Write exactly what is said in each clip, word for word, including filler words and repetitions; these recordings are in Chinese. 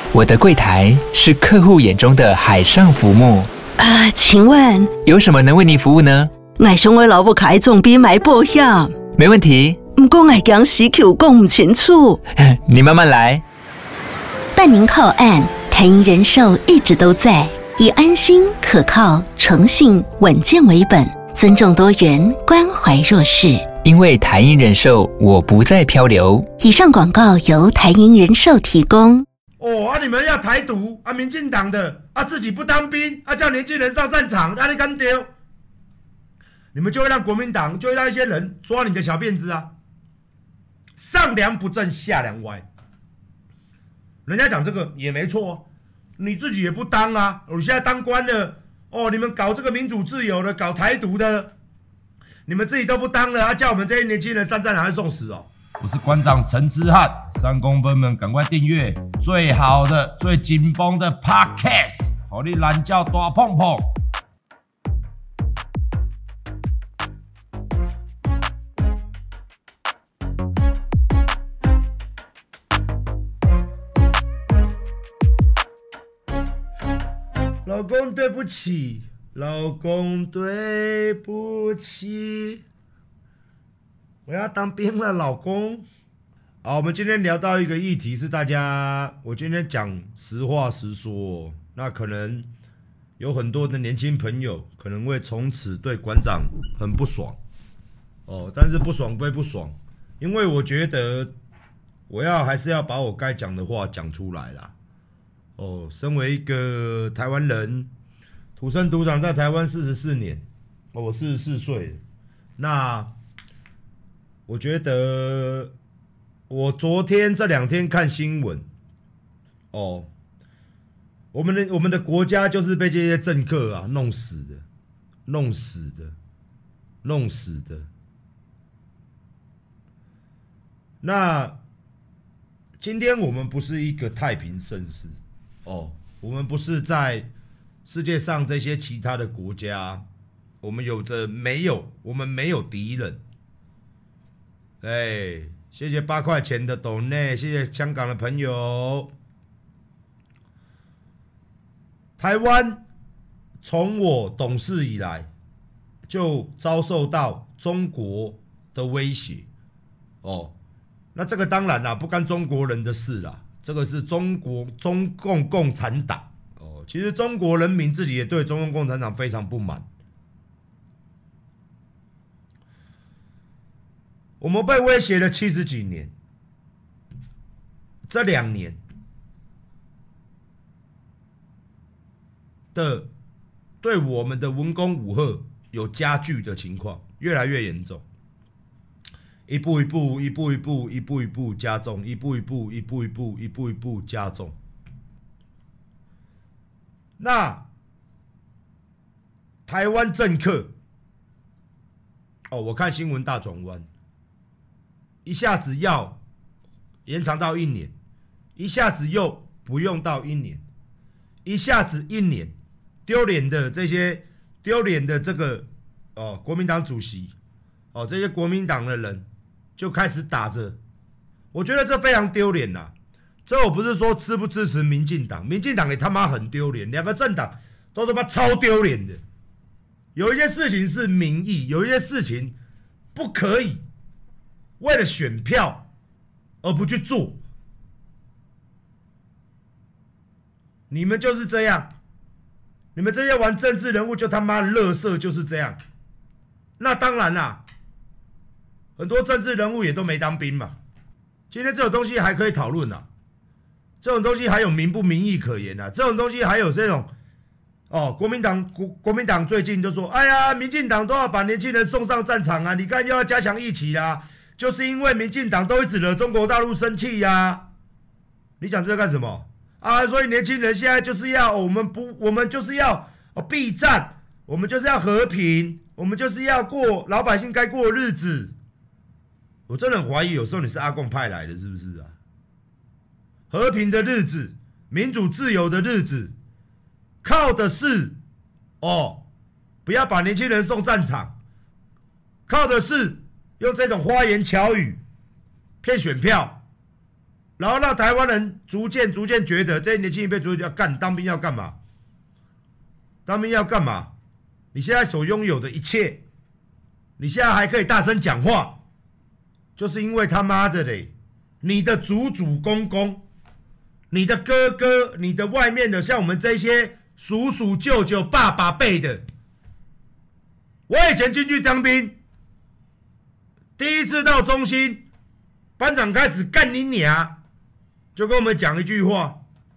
我的柜台是客户眼中的海上浮木啊、呃，请问有什么能为您服务呢？ 我想我老母开总比买保险， 没问题。 不过我讲时口讲不清楚， 你慢慢来。 办您靠岸，台银人寿一直都在，以安心、可靠、诚信、稳健为本，尊重多元，关怀弱势。 因为台银人寿，我不再漂流。 以上广告由台银人寿提供。 哦啊！你们要台独啊，民进党的啊，自己不当兵啊，叫年轻人上战场，啊，你敢丢？你们就会让国民党，就会让一些人抓你的小辫子啊，上梁不正下梁歪。人家讲这个也没错、啊，你自己也不当啊，我现在当官了哦，你们搞这个民主自由的，搞台独的，你们自己都不当了啊，叫我们这些年轻人上战场还送死哦。 我是馆长陈之汉，三公分们赶快订阅最好的、最紧绷的 Podcast， 好你懒觉大碰碰。 老公对不起，老公对不起。我要当兵了，老公。好，我们今天聊到一个议题是大家，我今天讲实话实说，那可能有很多的年轻朋友可能会从此对馆长很不爽哦，但是不爽归不爽，因为我觉得我要还是要把我该讲的话讲出来啦。哦，身为一个台湾人，土生土长在台湾四十四年，哦，我四十四岁，那。我觉得我昨天这两天看新闻，哦，我们的我们的国家就是被这些政客啊弄死的，弄死的，弄死的。那今天我们不是一个太平盛世哦，我们不是在世界上这些其他的国家，我们有着没有，我们没有敌人。哎，谢谢八块钱的抖内，谢谢香港的朋友。台湾从我懂事以来，就遭受到中国的威胁。哦，那这个当然啦，不干中国人的事啦，这个是中国中共共产党。哦，其实中国人民自己也对中共共产党非常不满。我们被威胁了七十几年，这两年的对我们的文攻武吓有加剧的情况，越来越严重，一步一步、一步一步、一步一步加重，一步一步、一步一步、一步一步加重。那台湾政客，哦，我看新闻大转弯。一下子要延长到一年，一下子又不用到一年，一下子一年，丢脸的这些丢脸的这个哦，国民党主席哦，这些国民党的人就开始打着，我觉得这非常丢脸呐。这我不是说支不支持民进党，民进党也他妈很丢脸，两个政党都他妈超丢脸的。有一些事情是民意，有一些事情不可以。为了选票而不去做，你们就是这样，你们这些玩政治人物就他妈垃圾就是这样。那当然啦，很多政治人物也都没当兵嘛。今天这种东西还可以讨论啊，这种东西还有民不民意可言啊，这种东西还有这种哦，国民党国国民党最近就说，哎呀，民进党都要把年轻人送上战场啊，你看又要加强义气啦。就是因为民进党都一直惹中国大陆生气呀、啊，你讲这个干什么啊？所以年轻人现在就是要、哦、我们不，我们就是要哦避战，我们就是要和平，我们就是要过老百姓该过的日子。我真的很怀疑，有时候你是阿共派来的，是不是啊？和平的日子，民主自由的日子，靠的是哦，不要把年轻人送战场，靠的是。用这种花言巧语骗选票， 然后让台湾人逐渐逐渐觉得，这些年轻一辈逐渐要干当兵要干嘛？当兵要干嘛？你现在所拥有的一切，你现在还可以大声讲话，就是因为他妈的嘞，你的祖祖公公、你的哥哥、你的外面的，像我们这些叔叔、舅舅、爸爸辈的，我以前进去当兵，第一次到中心，班长开始干你娘，就跟我们讲一句话。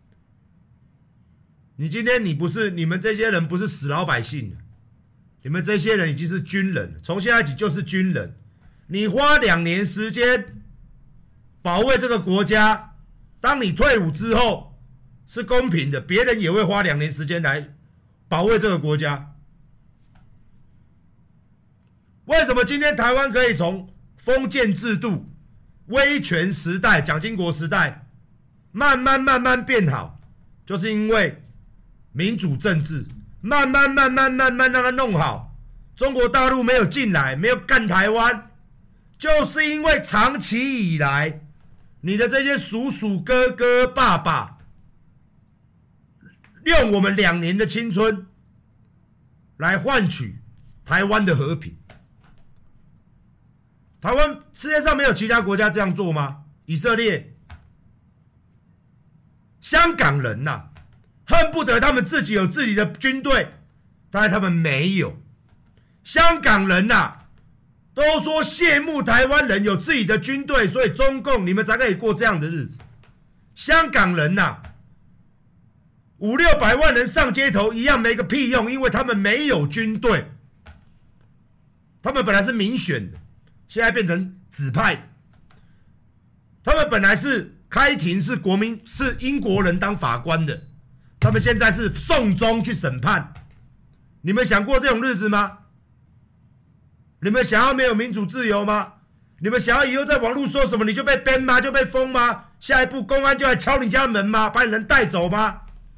你今天你不是你们这些人不是死老百姓，你们这些人已经是军人，从现在起就是军人。你花两年时间保卫这个国家，当你退伍之后是公平的，别人也会花两年时间来保卫这个国家。为什么今天台湾可以从封建制度、威权时代、蒋经国时代慢慢慢慢变好，就是因为民主政治慢慢慢慢慢慢让它弄好，中国大陆没有进来，没有干台湾，就是因为长期以来你的这些叔叔哥哥爸爸用我们两年的青春来换取台湾的和平。台湾世界上没有其他国家这样做吗？以色列、香港人呐、啊，恨不得他们自己有自己的军队，但是他们没有。香港人呐、啊，都说羡慕台湾人有自己的军队，所以中共你们才可以过这样的日子。香港人呐、啊，五六百万人上街头一样没个屁用，因为他们没有军队，他们本来是民选的，现在变成指派的。他们本来是开庭是国民是英国人当法官的，他们现在是送中去审判。你们想过这种日子吗？你们想要没有民主自由吗？你们想要以后在网络说什么你就被 ban 吗？就被封吗？下一步公安就来敲你家门吗？把你人带走吗？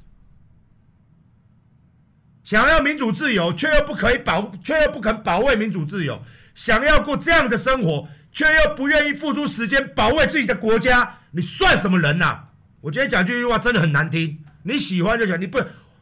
想要民主自由，却又不可以保，却又不肯保卫民主自由；想要过这样的生活，却又不愿意付出时间保卫自己的国家，你算什么人啊？我今天讲这句话真的很难听，你喜欢就讲，你不，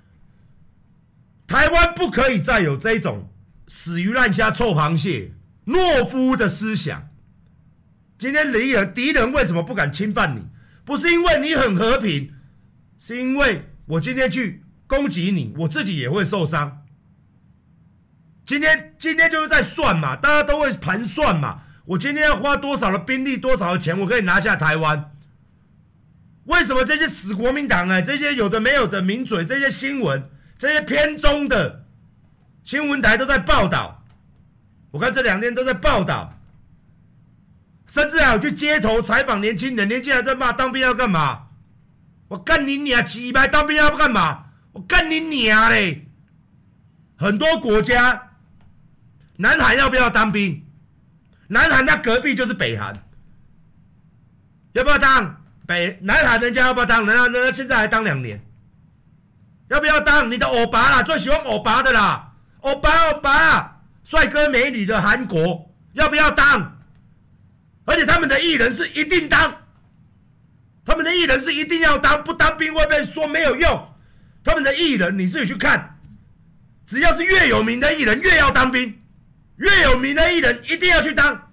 台湾不可以再有这种死鱼烂虾、臭螃蟹、懦夫的思想。今天敌人敌人为什么不敢侵犯你？不是因为你很和平，是因为我今天去攻击你，我自己也会受伤。今天今天就是在算嘛，大家都会盘算嘛。我今天要花多少的兵力、多少的钱，我可以拿下台湾？为什么这些死国民党啊，这些有的没有的名嘴，这些新闻，这些偏中的新闻台都在报道？我看这两天都在报道，甚至还有去街头采访年轻人，年轻人还在骂当兵要干嘛？我干你娘鸡掰！当兵要干嘛？我干你娘嘞！很多国家，南韩要不要当兵？南韩那隔壁就是北韩，要不要当？北南韩人家要不要当？人家人家现在还当两年，要不要当？你的欧巴啦，最喜欢欧巴的啦，欧巴欧巴，帅哥美女的韩国要不要当？而且他们的艺人是一定当，他们的艺人是一定要当，不当兵会被说没有用。他们的艺人你自己去看，只要是越有名的艺人越要当兵，越有名的艺人一定要去当。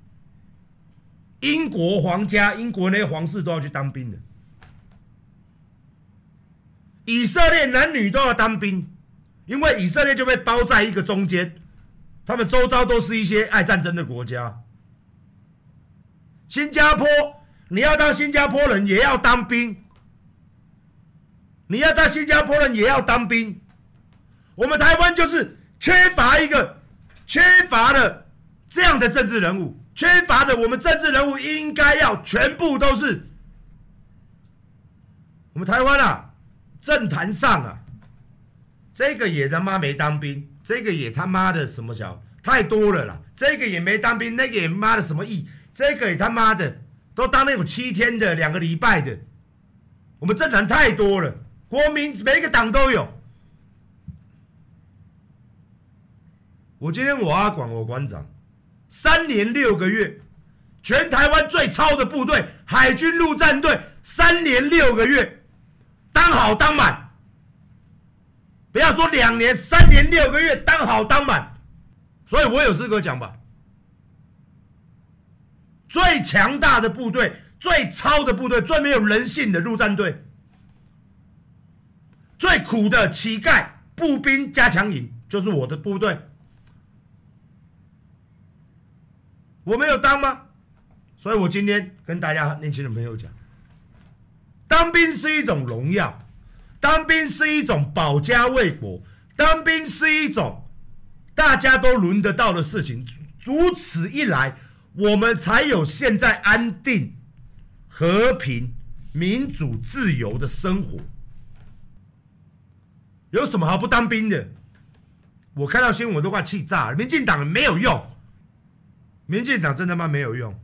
英国皇家、英国那些皇室都要去当兵的，以色列男女都要当兵，因为以色列就被包在一个中间，他们周遭都是一些爱战争的国家。新加坡，你要当新加坡人也要当兵，你要当新加坡人也要当兵。我们台湾就是缺乏一个缺乏了这样的政治人物，缺乏的我们政治人物应该要全部都是我们台湾啊，政坛上啊，这个也他妈没当兵，这个也他妈的什么小太多了啦，这个也没当兵，那个也妈的什么意，这个也他妈的都当那种七天的、两个礼拜的，我们政坛太多了，国民每一个党都有。我今天我阿管我馆长三年六个月全台湾最超的部队，海军陆战队，三年六个月，当好当满。不要说两年，三年六个月，当好当满。所以我有资格讲吧。最强大的部队，最超的部队，最没有人性的陆战队，最苦的乞丐步兵加强营，就是我的部队。我没有当吗？所以我今天跟大家年轻的朋友讲，当兵是一种荣耀，当兵是一种保家卫国，当兵是一种大家都轮得到的事情。如此一来，我们才有现在安定、和平、民主、自由的生活。有什么好不当兵的？我看到新闻我都快气炸了。民进党没有用，民进党真他妈没有用，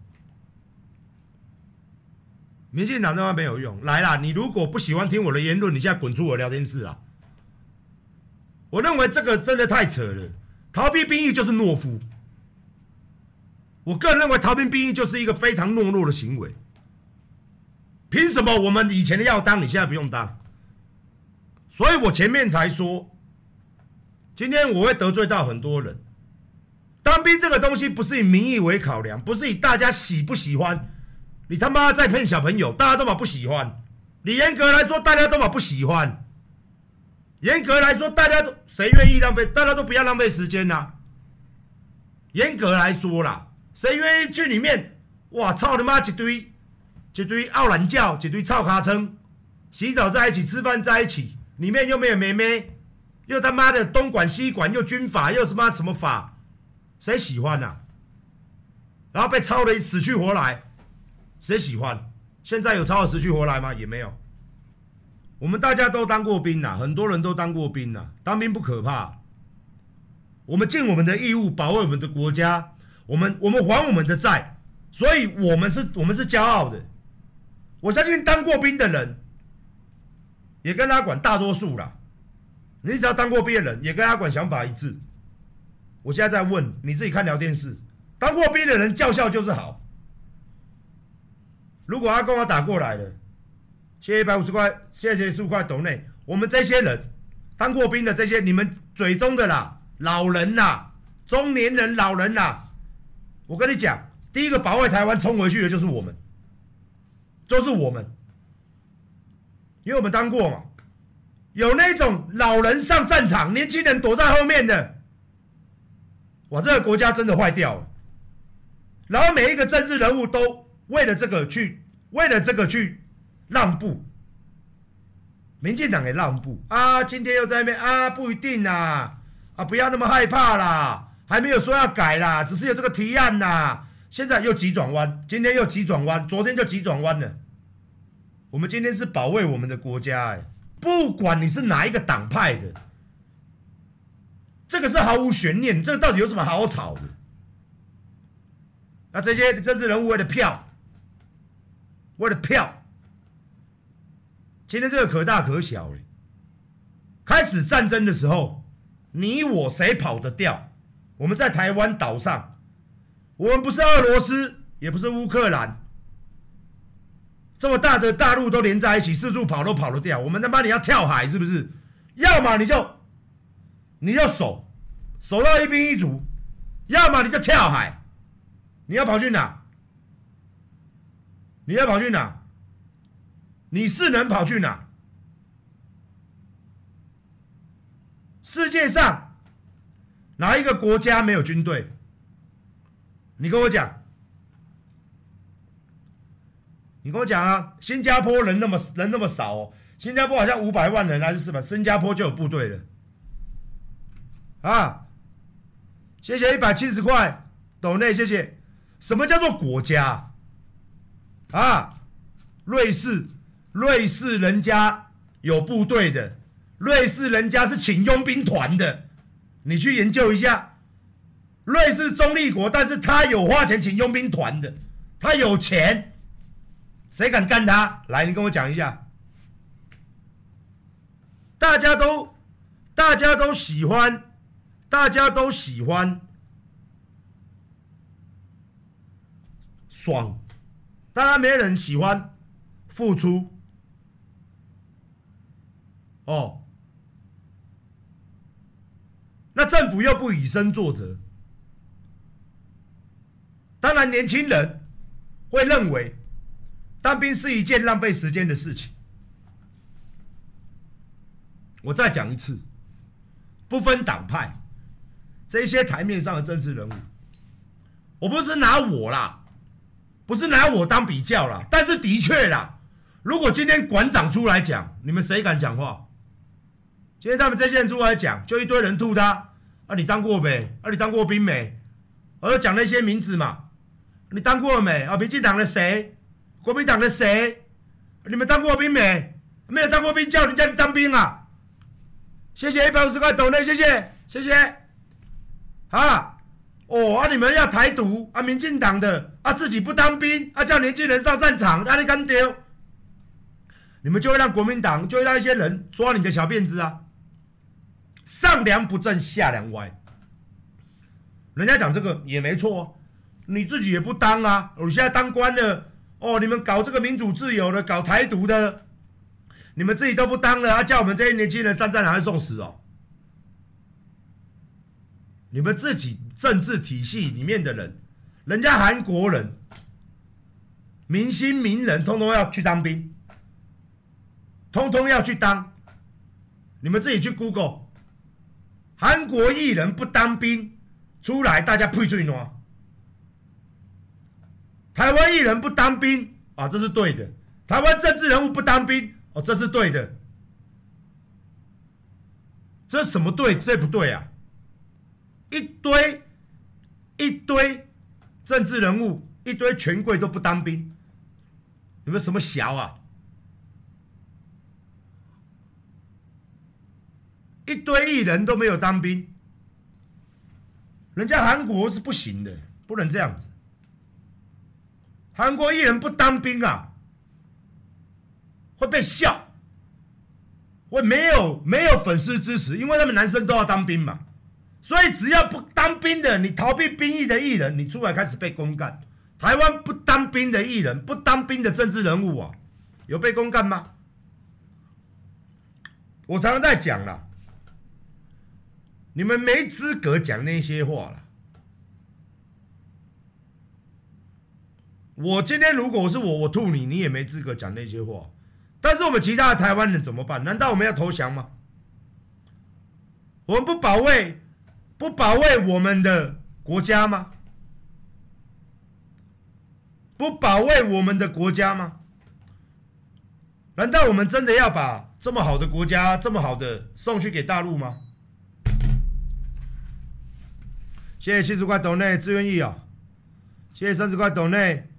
民进党他妈没有用。来啦，你如果不喜欢听我的言论，你现在滚出我的聊天室啦！我认为这个真的太扯了，逃避兵役就是懦夫。我个人认为逃兵兵役就是一个非常懦弱的行为。凭什么我们以前的要当，你现在不用当？所以我前面才说，今天我会得罪到很多人。当兵这个东西不是以民意为考量，不是以大家喜不喜欢。你他妈在骗小朋友，大家都嘛不喜欢。你严格来说，大家都嘛不喜欢。严格来说，大家都谁愿意浪费？大家都不要浪费时间啦。严格来说啦，谁愿意去里面？哇操他妈一堆一堆傲懒觉，一堆臭卡称，洗澡在一起，吃饭在一起，里面又没有妹妹，又他妈的东管西管，又军法，又什么什么法，谁喜欢啊？然后被操得死去活来，谁喜欢？现在有操得死去活来吗？也没有。我们大家都当过兵啦，很多人都当过兵啦，当兵不可怕。我们尽我们的义务，保卫我们的国家，我们我们还我们的债，所以我们是我们是骄傲的。我相信当过兵的人，也跟阿管大多数啦，你只要当过兵的人，也跟阿管想法一致。我现在在问你自己，看聊电视，当过兵的人叫嚣就是好。如果阿公要打过来了，谢谢一百五十块，谢谢十五块斗内。我们这些人当过兵的这些，你们嘴中的啦，老人啦，中年人、老人啦，我跟你讲，第一个保卫台湾冲回去的就是我们，就是我们，因为我们当过嘛。有那种老人上战场，年轻人躲在后面的，哇，这个国家真的坏掉了。然后每一个政治人物都为了这个去，为了这个去让步。民进党也让步啊，今天又在那边啊，不一定啦，啊，不要那么害怕啦，还没有说要改啦，只是有这个提案啦。现在又急转弯，今天又急转弯，昨天就急转弯了。我们今天是保卫我们的国家、欸，不管你是哪一个党派的，这个是毫无悬念，这个到底有什么好吵的？那这些政治人物为了票，为了票，今天这个可大可小、欸。开始战争的时候，你我谁跑得掉？我们在台湾岛上，我们不是俄罗斯，也不是乌克兰。这么大的大陆都连在一起，四处跑都跑得掉。我们他妈你要跳海是不是？要么你就你就守守到一兵一卒，要么你就跳海。你要跑去哪？你要跑去哪？你是能跑去哪？世界上哪一个国家没有军队？你跟我讲。你跟我讲啊，新加坡人那么人那么少哦，新加坡好像五百万人还是四百，新加坡就有部队了。啊，谢谢一百七十块，斗内谢谢。什么叫做国家？啊，瑞士，瑞士人家有部队的，瑞士人家是请佣兵团的，你去研究一下。瑞士中立国，但是他有花钱请佣兵团的，他有钱。谁敢干他？来，你跟我讲一下。大家都，大家都喜欢，大家都喜欢爽，当然没人喜欢付出。哦，那政府又不以身作则，当然年轻人会认为当兵是一件浪费时间的事情。我再讲一次，不分党派，这些台面上的政治人物，我不是拿我啦，不是拿我当比较啦，但是的确啦，如果今天馆长出来讲，你们谁敢讲话？今天他们这些人出来讲，就一堆人吐他啊！你当过没？啊，你当过兵没？我就讲那些名字嘛，你当过没？啊，民进党的谁？国民党的谁？你们当过兵没？没有当过兵，叫人家去当兵啊！谢谢一百五十块斗内，谢谢谢谢。啊，哦啊，你们要台独啊，民进党的啊，自己不当兵啊，叫年轻人上战场，啊，你敢丢？你们就会让国民党，就会让一些人抓你的小辫子啊！上梁不正下梁歪，人家讲这个也没错、啊，你自己也不当啊！我现在当官了，哦，你们搞这个民主自由的，搞台独的，你们自己都不当了，啊，叫我们这些年轻人上战场去送死哦！你们自己政治体系里面的人，人家韩国人、明星名人，通通要去当兵，通通要去当，你们自己去 Google。韩国艺人不当兵出来，大家呸嘴暖。台湾艺人不当兵啊，这是对的。台湾政治人物不当兵哦，这是对的。这什么对对不对啊？一堆一堆政治人物，一堆权贵都不当兵，有没有什么小啊？一堆艺人都没有当兵，人家韩国是不行的，不能这样子。韩国艺人不当兵啊，会被笑，会没有没有粉丝支持，因为他们男生都要当兵嘛，所以只要不当兵的，你逃避兵役的艺人，你出来开始被公干。台湾不当兵的艺人，不当兵的政治人物啊，有被公干吗？我常常在讲啦。你们没资格讲那些话了。我今天如果是我，我吐你，你也没资格讲那些话。但是我们其他的台湾人怎么办？难道我们要投降吗？我们不保卫，不保卫我们的国家吗？不保卫我们的国家吗？难道我们真的要把这么好的国家，这么好的送去给大陆吗？谢谢七十块斗内自愿意啊，谢谢三十块斗内。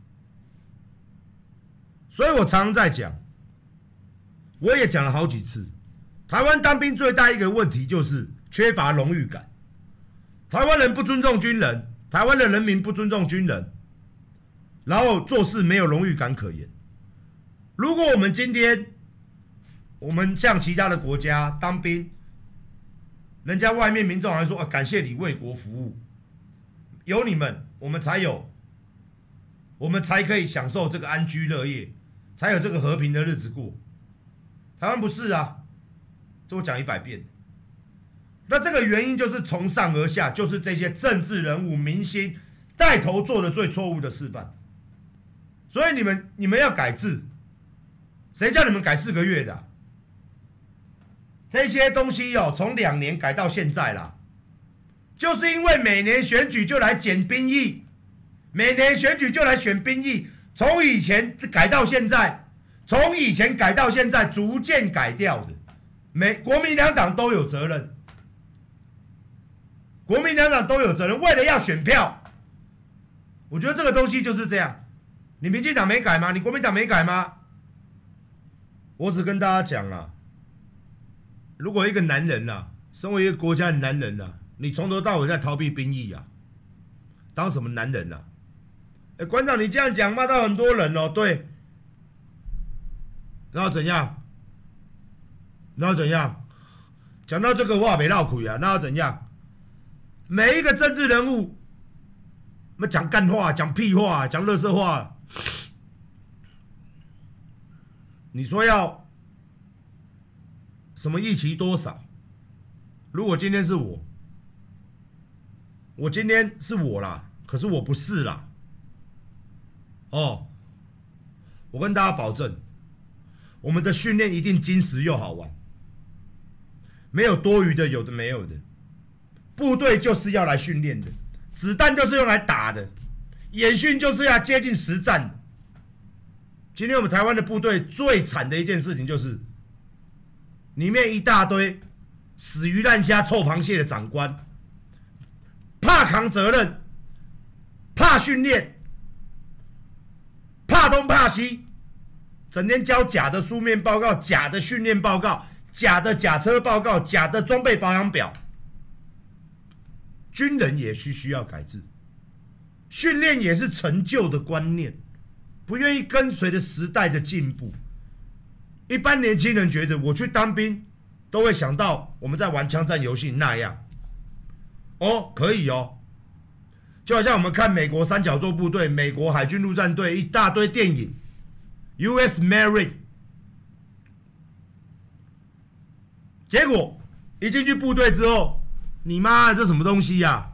所以我常常在讲，我也讲了好几次，台湾当兵最大一个问题就是缺乏荣誉感。台湾人不尊重军人，台湾的人民不尊重军人，然后做事没有荣誉感可言。如果我们今天，我们像其他的国家当兵，人家外面民众还说、啊、感谢你为国服务，有你们我们才有，我们才可以享受这个安居乐业，才有这个和平的日子过。台湾不是啊，这我讲一百遍。那这个原因就是从上而下，就是这些政治人物明星带头做的最错误的示范。所以你们你们要改制，谁叫你们改四个月的、啊？这些东西哦，从两年改到现在啦，就是因为每年选举就来减兵役，每年选举就来选兵役，从以前改到现在，从以前改到现在，逐渐改掉的。每国民两党都有责任，国民两党都有责任，为了要选票，我觉得这个东西就是这样。你民进党没改吗？你国民党没改吗？我只跟大家讲啦。如果一个男人啊，身为一个国家的男人啊，你从头到尾在逃避兵役啊，当什么男人啊？哎，馆长，你这样讲骂到很多人哦，对，然后怎样？然后怎样？讲到这个话没绕口啊，那要怎样？每一个政治人物， 们讲干话、讲屁话、讲垃圾话。你说要什么役期多少？如果今天是我，我今天是我啦，可是我不是啦。哦，我跟大家保证，我们的训练一定精实又好玩，没有多余的，有的没有的。部队就是要来训练的，子弹就是用来打的，演训就是要接近实战的。今天我们台湾的部队最惨的一件事情就是，里面一大堆死鱼烂虾、臭螃蟹的长官，怕扛责任，怕训练，怕东怕西，整天交假的书面报告、假的训练报告、假的甲车报告、假的装备保养表。军人也需需要改制，训练也是陈旧的观念，不愿意跟随着时代的进步。一般年轻人觉得我去当兵都会想到我们在玩枪战游戏那样。哦，可以哦，就好像我们看美国三角洲部队、美国海军陆战队一大堆电影 U S Marine， 结果一进去部队之后，你妈这什么东西呀、啊？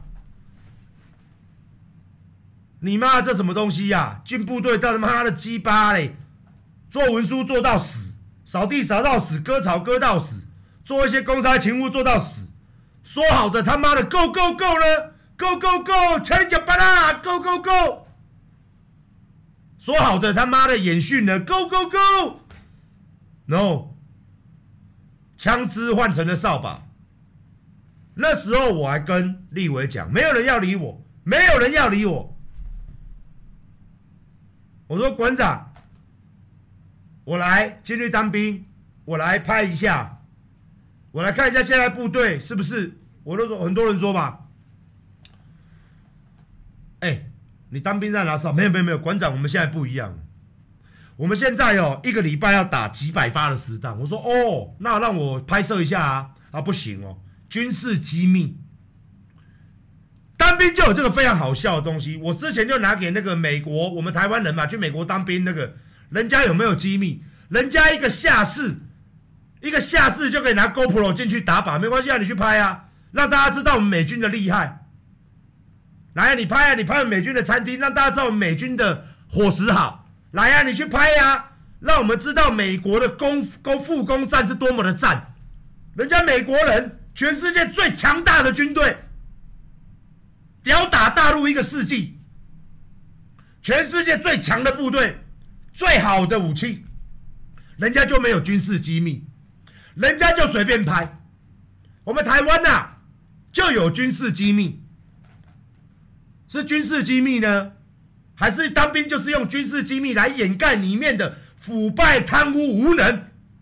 你妈这什么东西呀、啊？进部队到他妈的鸡巴嘞！做文书做到死，扫地扫到死，割草割到死，做一些公差勤务做到死。说好的他妈的 go go go 呢 ？go go go， 抢你脚巴啦 ！go go go。说好的他妈的演训呢 ？go go go。no， 枪支换成了扫把。那时候我还跟立委讲，没有人要理我，没有人要理我。我说馆长，我来进去当兵，我来拍一下，我来看一下现在部队是不是？我都说很多人说吧，哎、欸，你当兵在拿扫？没有没有没有，馆长，我们现在不一样，我们现在哦一个礼拜要打几百发的实弹。我说哦，那让我拍摄一下啊，啊不行哦。军事机密，当兵就有这个非常好笑的东西。我之前就拿给那个美国，我们台湾人嘛，去美国当兵，那个人家有没有机密？人家一个下士，一个下士就可以拿 GoPro 进去打靶，没关系啊，你去拍啊，让大家知道我们美军的厉害。来啊，你拍啊，你拍美军的餐厅，让大家知道我们美军的伙食好。来啊，你去拍啊，让我们知道美国的攻攻副攻战是多么的赞。人家美国人。全世界最强大的军队，吊打大陆一个世纪。全世界最强的部队，最好的武器，人家就没有军事机密，人家就随便拍。我们台湾啊，就有军事机密，是军事机密呢，还是当兵就是用军事机密来掩盖里面的腐败、贪污、无能？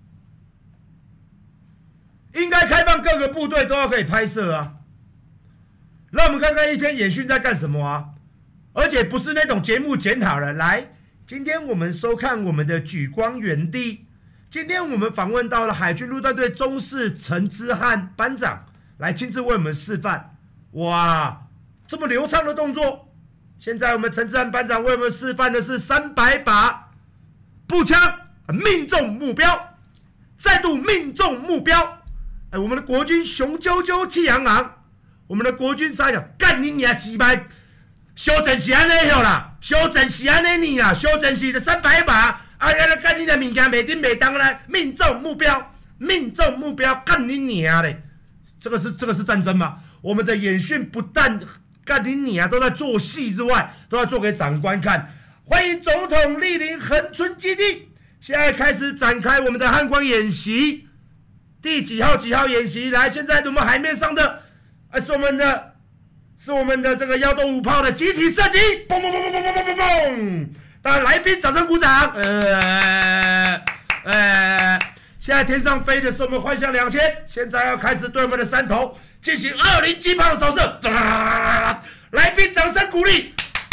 应该开放各个部队都要可以拍摄啊，让我们看看一天演训在干什么啊！而且不是那种节目剪好了，来，今天我们收看我们的举光原地，今天我们访问到了海军陆战队中士陈之汉班长，来亲自为我们示范。哇，这么流畅的动作！现在我们陈之汉班长为我们示范的是三百把步枪，命中目标，再度命中目标。哎，我们的国军雄赳赳气昂昂，我们的国军三角干你娘鸡掰，修正是安尼啦，修正是安尼你啦，修正是三百把，啊呀，干你娘物件袂顶袂当来，命中目标，命中目标，干你娘嘞！这个是这个是战争吗？我们的演训不但干你娘都在做戏之外，都要做给长官看。欢迎总统莅临恒春基地，现在开始展开我们的汉光演习。第几号几号演习？来，现在我们海面上的，呃，是我们的，是我们的这个幺洞五炮的集体射击，嘣嘣嘣嘣嘣嘣嘣嘣嘣！当然，来宾掌声鼓掌。呃呃，现在天上飞的是我们幻象两千，现在要开始对我们的山头进行二零机炮的扫射。来宾掌声鼓励。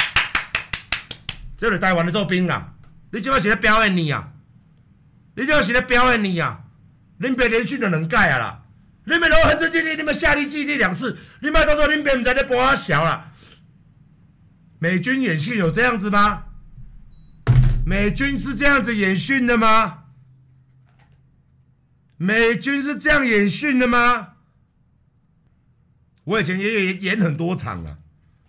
这里台湾的做兵啊，你今晚是在表演你啊？你今晚是在表演你啊？恁别连续了两届啊啦！恁别罗恒春基地，你们下令基地两次，你们到时候恁别唔知咧播啊小啦。 美军演训有这样子吗？美军是这样子演训的吗？美军是这样演训的吗？我以前也演很多场了，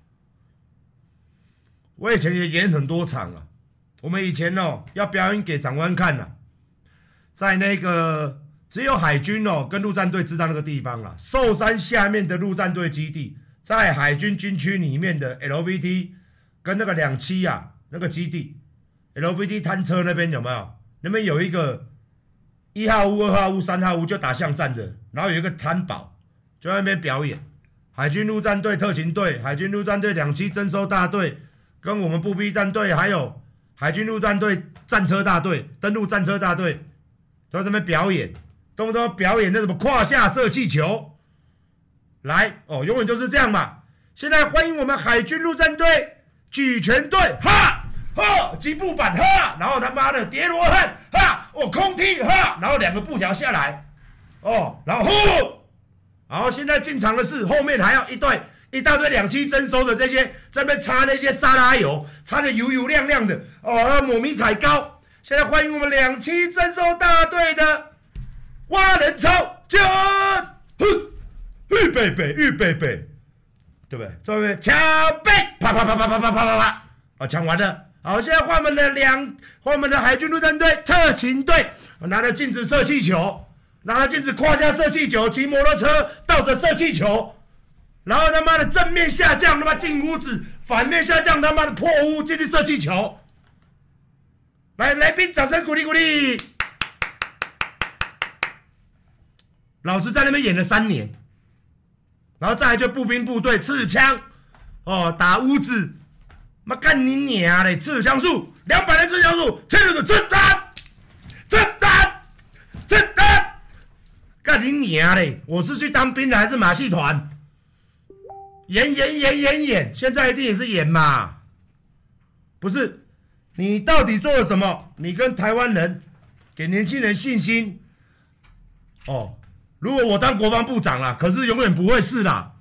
我以前也演很多场了。我们以前哦要表演给长官看了，在那个只有海军哦跟陆战队知道那个地方了，寿山下面的陆战队基地，在海军军区里面的 L V T 跟那个两栖啊那个基地 ，L V T 摊车那边有没有？那边有一个一号屋、二号屋、三号屋就打巷战的，然后有一个摊堡，就在那边表演。海军陆战队特勤队、海军陆战队两栖征收大队，跟我们步兵战队，还有海军陆战队战车大队、登陆战车大队，都在这边表演，动不动表演那什么胯下射气球，来哦，永远都是这样嘛。现在欢迎我们海军陆战队举拳队，哈哈，击步板哈，然后他妈的叠罗汉哈，哦空踢哈，然后两个布条下来，哦，然后呼。然后现在进场的是后面还要一队一大堆两栖征收的这些，在那边擦那些沙拉油，擦的油油亮亮的哦，要抹迷彩膏。现在欢迎我们两栖征收大队的蛙人操，就预备备预备备，对不对？这边抢备，啪啪啪啪啪啪啪啪啪，哦，抢完了。好，现在换我们的两，换我们的海军陆战队特勤队，拿着镜子射气球。拿着镜子胯下射气球，骑摩托车倒着射气球，然后他妈的正面下降，他妈进屋子，反面下降，他妈的破屋进去射气球。来，来宾掌声鼓励鼓励。老子在那边演了三年，然后再来就步兵部队刺枪，哦，打屋子，妈干你娘嘞！刺枪术，两百人刺枪术，切入的刺弹，刺弹，刺弹。干你娘嘞！我是去当兵的还是马戏团？演演演演演，现在一定也是演嘛？不是，你到底做了什么？你跟台湾人给年轻人信心？哦，如果我当国防部长啦，可是永远不会是啦，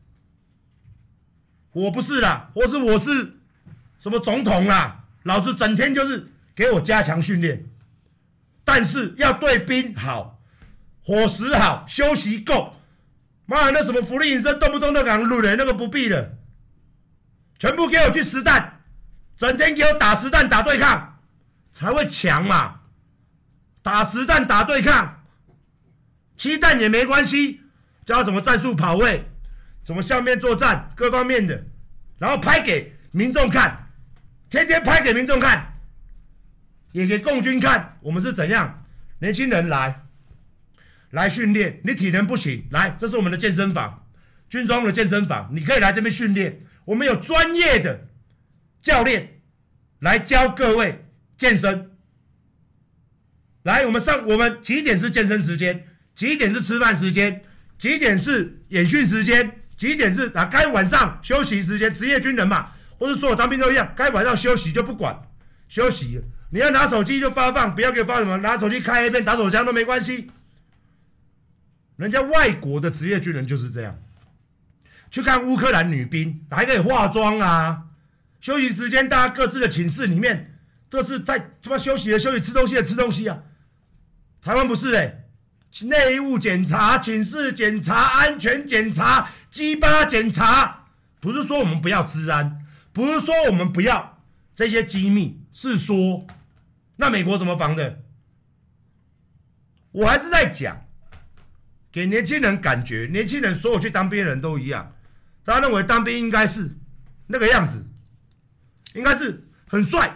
我不是啦，或是我是什么总统啦，老子整天就是给我加强训练，但是要对兵好。伙食好，休息够，妈的那什么福利隐身，动不动那个路人那个不必了，全部给我去实弹，整天给我打实弹打对抗，才会强嘛。打实弹打对抗，期弹也没关系，教怎么战术跑位，怎么向面作战，各方面的，然后拍给民众看，天天拍给民众看，也给共军看，我们是怎样，年轻人来。来训练，你体能不行，来，这是我们的健身房，军装的健身房，你可以来这边训练。我们有专业的教练来教各位健身。来，我们上，我们几点是健身时间？几点是吃饭时间？几点是演训时间？几点是啊？该晚上休息时间？职业军人嘛，或者所有当兵都一样，该晚上休息就不管，休息。你要拿手机就发放，不要给我发什么拿手机开 A 片打手枪都没关系。人家外国的职业军人就是这样，去看乌克兰女兵，还可以化妆啊，休息时间大家各自的寝室里面，各自在他妈休息的休息，吃东西的吃东西啊。台湾不是哎、欸，内务检查、寝室检查、安全检查、鸡巴检查，不是说我们不要治安，不是说我们不要这些机密，是说那美国怎么防的？我还是在讲。给年轻人感觉，年轻人所有去当兵的人都一样，大家认为当兵应该是那个样子，应该是很帅，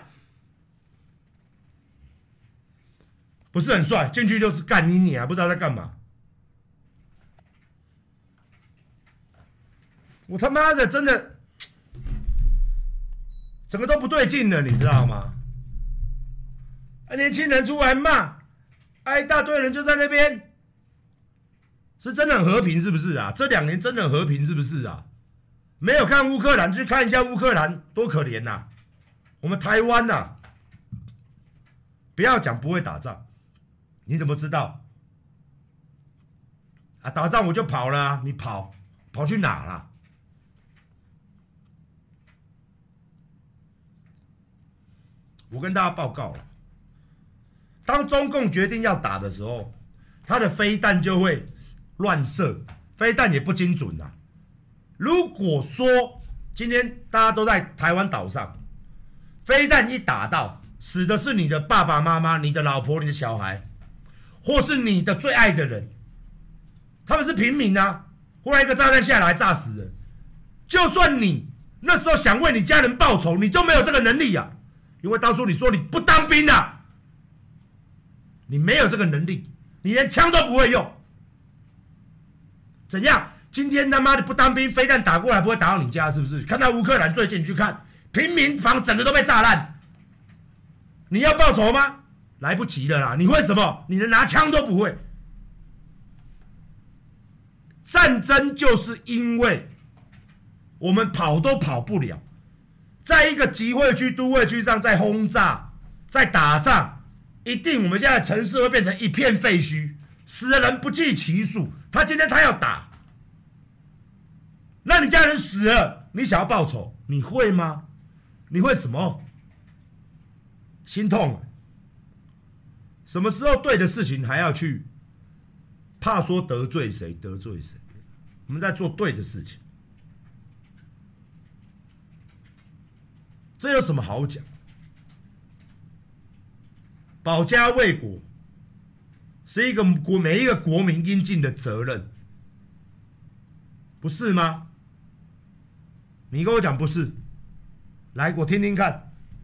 不是很帅，进去就是干你你啊，不知道在干嘛。我他妈的真的，整个都不对劲了，你知道吗？啊，年轻人出来骂，啊，一大堆人就在那边。是真的很和平是不是啊？这两年真的很和平是不是啊？没有看乌克兰，去看一下乌克兰多可怜呐、啊！我们台湾呐、啊，不要讲不会打仗，你怎么知道？啊，打仗我就跑了、啊，你跑跑去哪了？ 我跟大家报告了，当中共决定要打的时候，他的飞弹就会乱射，飞弹也不精准啊。如果说今天大家都在台湾岛上，飞弹一打到，死的是你的爸爸妈妈、你的老婆、你的小孩，或是你的最爱的人，他们是平民啊，忽然一个炸弹下来炸死人，就算你那时候想为你家人报仇，你就没有这个能力啊，因为当初你说你不当兵啊，你没有这个能力，你连枪都不会用，怎样？今天他妈的不当兵，飞弹打过来不会打到你家，是不是？看到乌克兰最近你去看，平民房整个都被炸烂，你要报仇吗？来不及了啦！你会什么？你连拿枪都不会。战争就是因为我们跑都跑不了，在一个集会区、都会区上在轰炸、在打仗，一定我们现在城市会变成一片废墟，死的人不计其数。他今天他要打，那你家人死了，你想要报仇，你会吗？你会什么？心痛。什么时候对的事情还要去怕说得罪谁得罪谁？我们在做对的事情，这有什么好讲？保家卫国是一个国每一个国民应尽的责任，不是吗？你跟我讲不是，来，我听听看。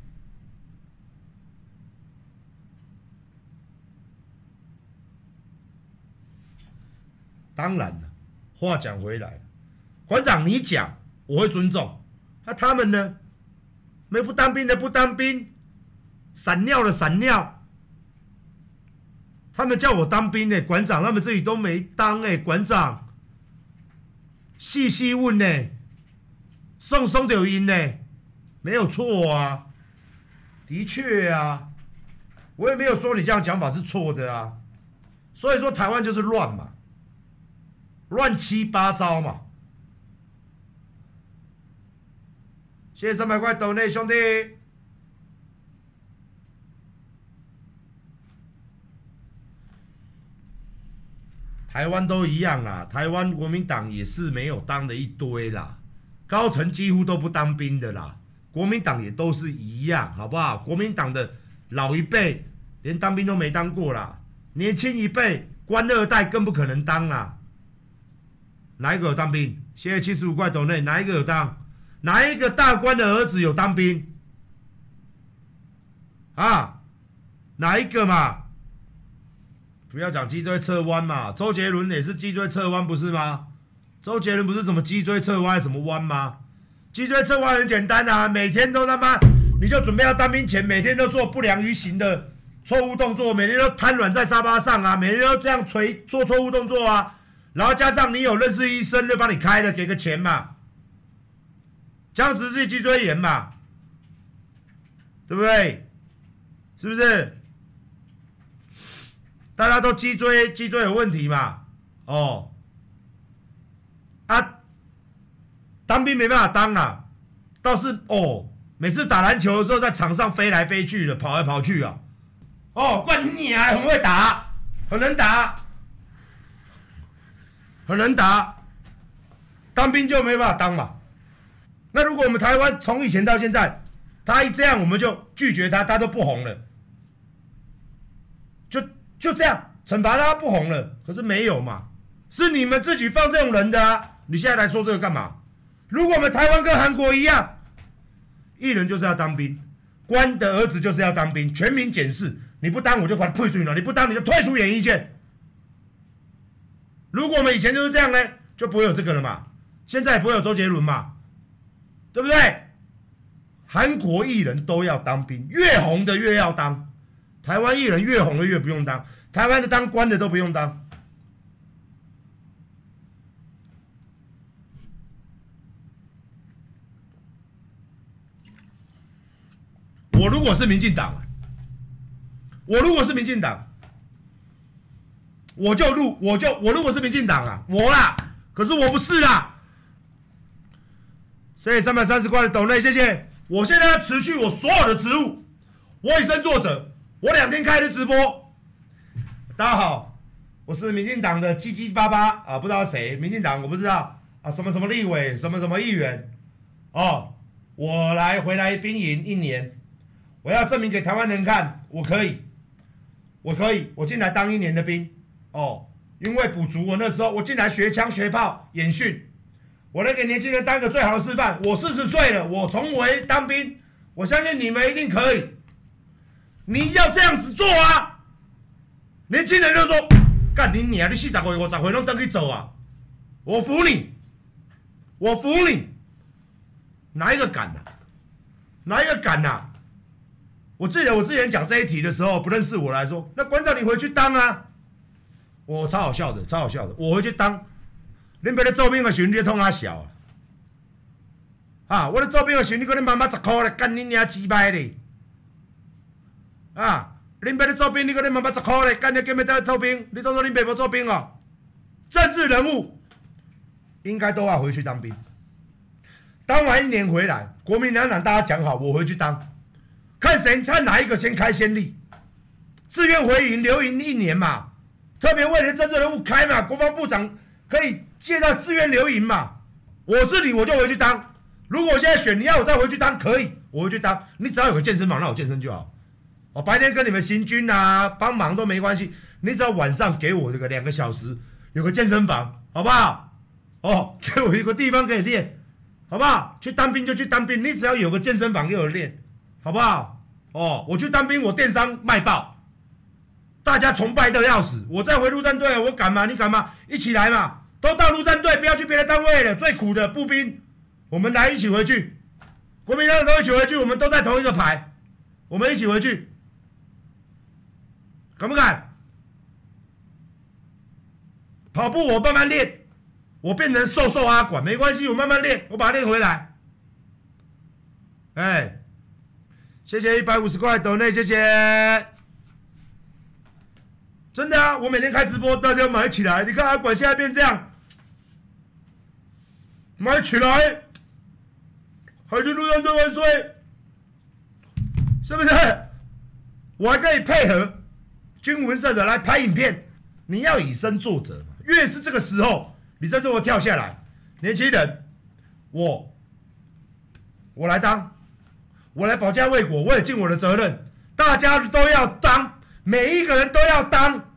当然了，话讲回来了，馆长你讲我会尊重，那、啊、他们呢？没不当兵的不当兵，闪尿的闪尿，他们叫我当兵呢、欸，馆长他们自己都没当哎、欸，馆长，细细问呢、欸，送送就赢呢，没有错啊，的确啊，我也没有说你这样讲法是错的啊，所以说台湾就是乱嘛。乱七八糟嘛！谢谢三百块斗内兄弟。台湾都一样啦，台湾国民党也是没有当的一堆啦，高层几乎都不当兵的啦，国民党也都是一样，好不好？国民党的老一辈连当兵都没当过啦，年轻一辈官二代更不可能当啦。哪一个有当兵？谢谢七十五块斗内，哪一个有当？哪一个大官的儿子有当兵？啊，哪一个嘛？不要讲脊椎侧弯嘛，周杰伦也是脊椎侧弯不是吗？周杰伦不是什么脊椎侧弯什么弯吗？脊椎侧弯很简单啊，每天都他妈你就准备要当兵前，每天都做不良于行的错误动作，每天都瘫软在沙发上啊，每天都这样捶做错误动作啊。然后加上你有认识医生就帮你开了，给个钱嘛，这样子是脊椎炎嘛，对不对？是不是？大家都脊椎脊椎有问题嘛？哦，啊，当兵没办法当啊，倒是哦，每次打篮球的时候在场上飞来飞去的，跑来跑去啊，哦，怪你还很会打，很能打。很能打，当兵就没办法当嘛。那如果我们台湾从以前到现在，他一这样我们就拒绝他，他都不红了，就就这样惩罚他不红了。可是没有嘛，是你们自己放这种人的啊！你现在来说这个干嘛？如果我们台湾跟韩国一样，艺人就是要当兵，官的儿子就是要当兵，全民检视，你不当我就把你退出了，你不当你就退出演艺圈。如果我们以前就是这样呢，就不会有这个了嘛。现在也不会有周杰伦嘛，对不对？韩国艺人都要当兵，越红的越要当。台湾艺人越红的越不用当，台湾的当官的都不用当。我如果是民进党，我如果是民进党。我就入，我就我如果是民进党啊，我啦，可是我不是啦。谢谢三百三十块的斗内，谢谢。我现在要辞去我所有的职务， 我以身作则，我两天开的直播。大家好，我是民进党的鸡鸡巴巴啊，不知道谁，民进党我不知道啊，什么什么立委，什么什么议员，哦，我来回来兵营一年，我要证明给台湾人看，我可以，我可以，我进来当一年的兵，哦，因为补足我那时候我进来学枪学炮演训，我能给年轻人当一个最好的示范。我四十岁了，我重回当兵，我相信你们一定可以。你要这样子做啊！年轻人就说：“干你娘！你四十岁、五十岁拢登去走啊！”我服你，我服你，哪一个敢啊？哪一个敢啊？我记得我之前讲这一题的时候，不认识我来说，那馆长你回去当啊！我超好笑的，超好笑的，我回去当。恁别咧做兵的时候，你咧痛啊小啊！啊，我咧做兵的时候，你可能妈妈十块咧，干你娘鸡掰咧！啊，恁别咧做兵，你可能妈妈十块咧，干你今日在做兵，你当作恁爸无做兵哦。政治人物应该都要回去当兵，当完一年回来，国民两党大家讲好，我回去当，看谁看哪一个先开先例，自愿回营留营一年嘛，特别为了政治人物开嘛，国防部长可以介绍自愿留营嘛，我是你我就回去当，如果我现在选你要我再回去当可以，我回去当，你只要有个健身房让我健身就好。我白天跟你们行军啊，帮忙都没关系，你只要晚上给我这个两个小时，有个健身房，好不好？哦，给我一个地方可以练，好不好？去当兵就去当兵，你只要有个健身房给我练，好不好？哦，我去当兵，我电商卖爆，大家崇拜的要死。我再回陆战队，我敢吗？你敢吗？一起来嘛，都到陆战队，不要去别的单位了。最苦的步兵，我们来一起回去，国民党都一起回去，我们都在同一个排，我们一起回去。敢不敢？跑步我慢慢练，我变成瘦瘦阿管没关系，我慢慢练，我把它练回来。哎，谢谢一百五十块抖内，谢谢。真的啊，我每天开直播，大家买起来。你看阿管现在变这样，买起来，还去陆战队万岁，是不是？我还可以配合军文社的来拍影片，你要以身作则嘛。越是这个时候，你在这我跳下来，年轻人，我我来当，我来保家卫国，我也尽我的责任，大家都要当，每一个人都要当。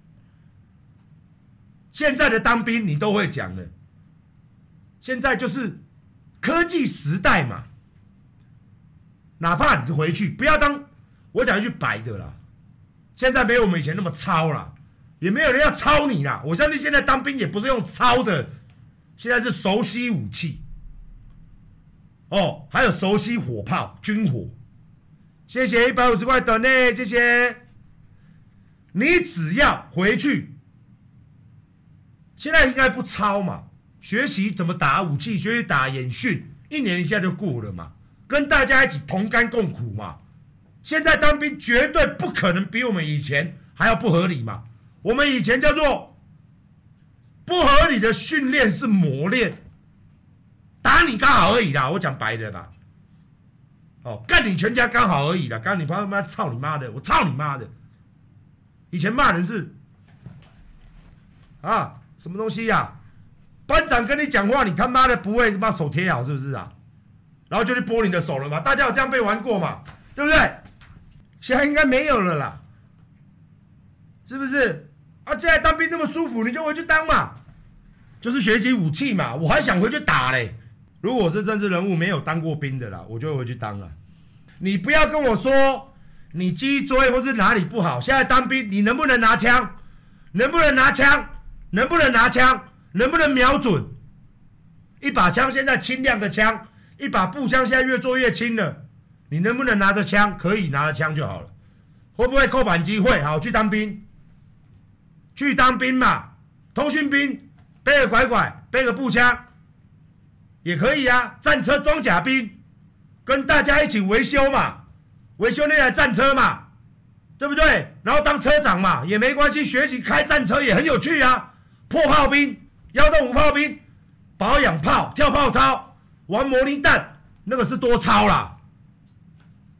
现在的当兵你都会讲了，现在就是科技时代嘛，哪怕你回去不要当，我讲一句白的啦。现在没有我们以前那么操啦，也没有人要操你啦。我相信现在当兵也不是用操的，现在是熟悉武器，哦，还有熟悉火炮、军火。谢谢一百五十块的呢，谢谢。你只要回去，现在应该不操嘛，学习怎么打武器，学习打演训，一年一下就过了嘛，跟大家一起同甘共苦嘛。现在当兵绝对不可能比我们以前还要不合理嘛！我们以前叫做不合理的训练是磨练，打你刚好而已啦，我讲白的吧。哦，干你全家刚好而已啦，干你爸妈操你妈的，我操你妈的！以前骂人是啊，什么东西呀、啊？班长跟你讲话，你他妈的不会把手贴好是不是啊？然后就去拨你的手了嘛？大家有这样被玩过嘛？对不对？现在应该没有了啦，是不是？啊，现在当兵那么舒服，你就回去当嘛，就是学习武器嘛。我还想回去打嘞。如果我是政治人物，没有当过兵的啦，我就会回去当了。你不要跟我说你脊椎或是哪里不好，现在当兵你能不能拿枪？能不能拿枪？能不能拿枪？能不能瞄准？一把枪现在轻量的枪，一把步枪现在越做越轻了。你能不能拿着枪？可以拿着枪就好了。会不会扣扳机？会。好，去当兵，去当兵嘛。通讯兵背个拐拐，背个步枪也可以啊。战车装甲兵，跟大家一起维修嘛，维修那台战车嘛，对不对？然后当车长嘛，也没关系，学习开战车也很有趣啊。破炮兵、幺洞五炮兵，保养炮、跳炮操、玩模拟弹，那个是多操啦。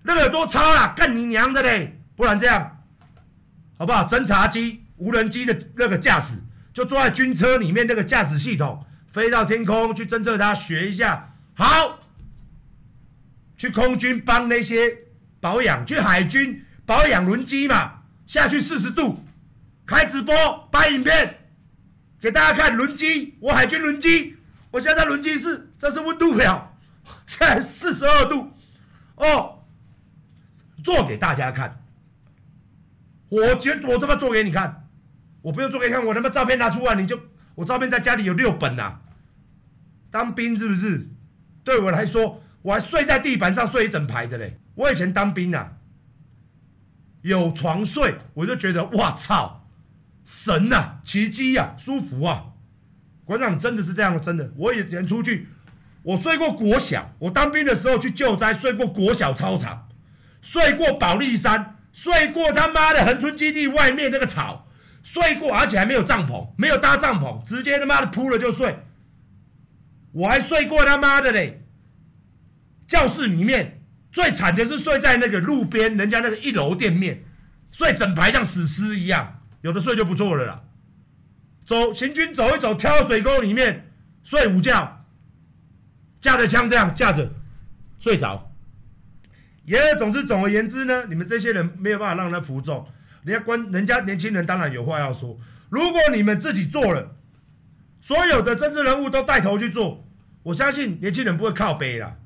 那个有多超啦，干你娘的嘞！不然这样，好不好？侦察机、无人机的那个驾驶，就坐在军车里面那个驾驶系统，飞到天空去侦测它，学一下。好，去空军帮那些保养，去海军保养轮机嘛，下去四十度，开直播，拍影片给大家看轮机，我海军轮机，我现在在轮机室，这是温度表，现在四十二度，哦。做给大家看，我觉我他妈做给你看，我不用做给你看，我他妈照片拿出来，你就我照片在家里有六本啊。当兵是不是？对我来说，我还睡在地板上睡一整排的嘞。我以前当兵啊，有床睡，我就觉得哇操，神啊，奇迹啊，舒服啊。馆长真的是这样，真的，我以前出去，我睡过国小，我当兵的时候去救灾，睡过国小操场。睡过保利山，睡过他妈的恒春基地外面那个草，睡过，而且还没有帐篷，没有搭帐篷，直接他妈的铺了就睡。我还睡过他妈的嘞，教室里面最惨的是睡在那个路边，人家那个一楼店面，睡整排像死尸一样，有的睡就不错了啦。走行军走一走，跳到水沟里面睡午觉，架着枪这样架着睡着。言而总之，总而言之呢，你们这些人没有办法让人服众，人家关人家年轻人当然有话要说。如果你们自己做了，所有的政治人物都带头去做，我相信年轻人不会靠背啦。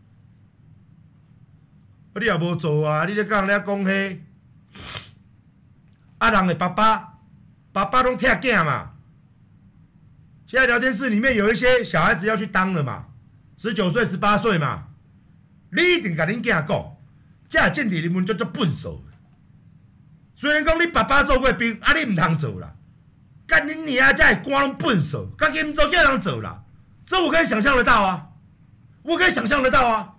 你也无做啊，你咧讲咧讲迄，啊人的爸爸，爸爸拢疼囝嘛。现在聊天室里面有一些小孩子要去当了嘛，十九岁、十八岁嘛。你一定甲恁囝讲，这政治人物叫做笨手。虽然讲你爸爸做过兵，啊你唔通做啦，干恁娘这官拢笨手，甲严重叫人做啦，这我可以想象得到啊，我可以想象得到啊。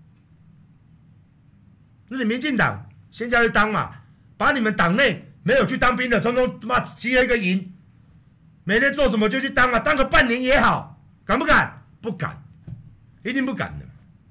那你民进党先下去当嘛，把你们党内没有去当兵的，通通他妈集了一个营，每天做什么就去当啊，当个半年也好，敢不敢？不敢，一定不敢的。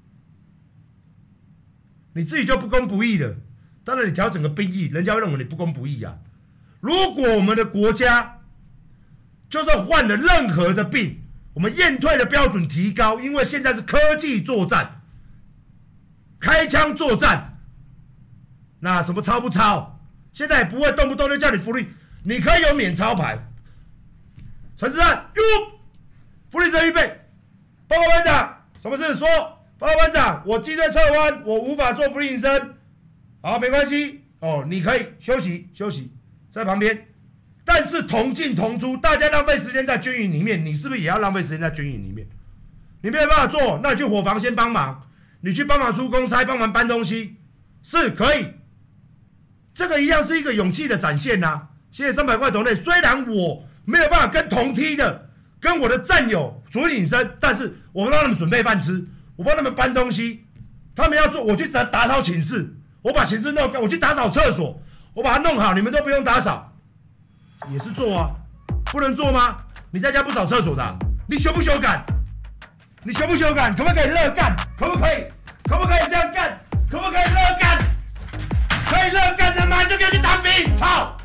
你自己就不公不义了，当然你调整个兵役，人家会认为你不公不义啊。如果我们的国家就算患了任何的病，我们验退的标准提高，因为现在是科技作战，开枪作战，那什么超不超？现在也不会动不动就叫你福利，你可以有免超牌。陈志汉，哟，福利社预备，报告班长，什么事说？报告班长，我脊椎侧弯，我无法做俯卧撑。好，没关系哦，你可以休息休息，在旁边。但是同进同出，大家浪费时间在军营里面，你是不是也要浪费时间在军营里面？你没有办法做，那你去伙房先帮忙，你去帮忙出公差，帮忙搬东西，是可以。这个一样是一个勇气的展现呐、啊。谢谢三百块斗内，虽然我没有办法跟同梯的、跟我的战友主领生，但是我帮他们准备饭吃。我帮他们搬东西，他们要做，我去打打扫寝室，我把寝室弄干，我去打扫厕所，我把它弄好，你们都不用打扫，也是做啊，不能做吗？你在家不扫厕所的、啊，你羞不羞感？你羞不羞感？可不可以乐干？可不可以？可不可以这样干？可不可以乐干？可以乐干的吗？就可以去当兵，操！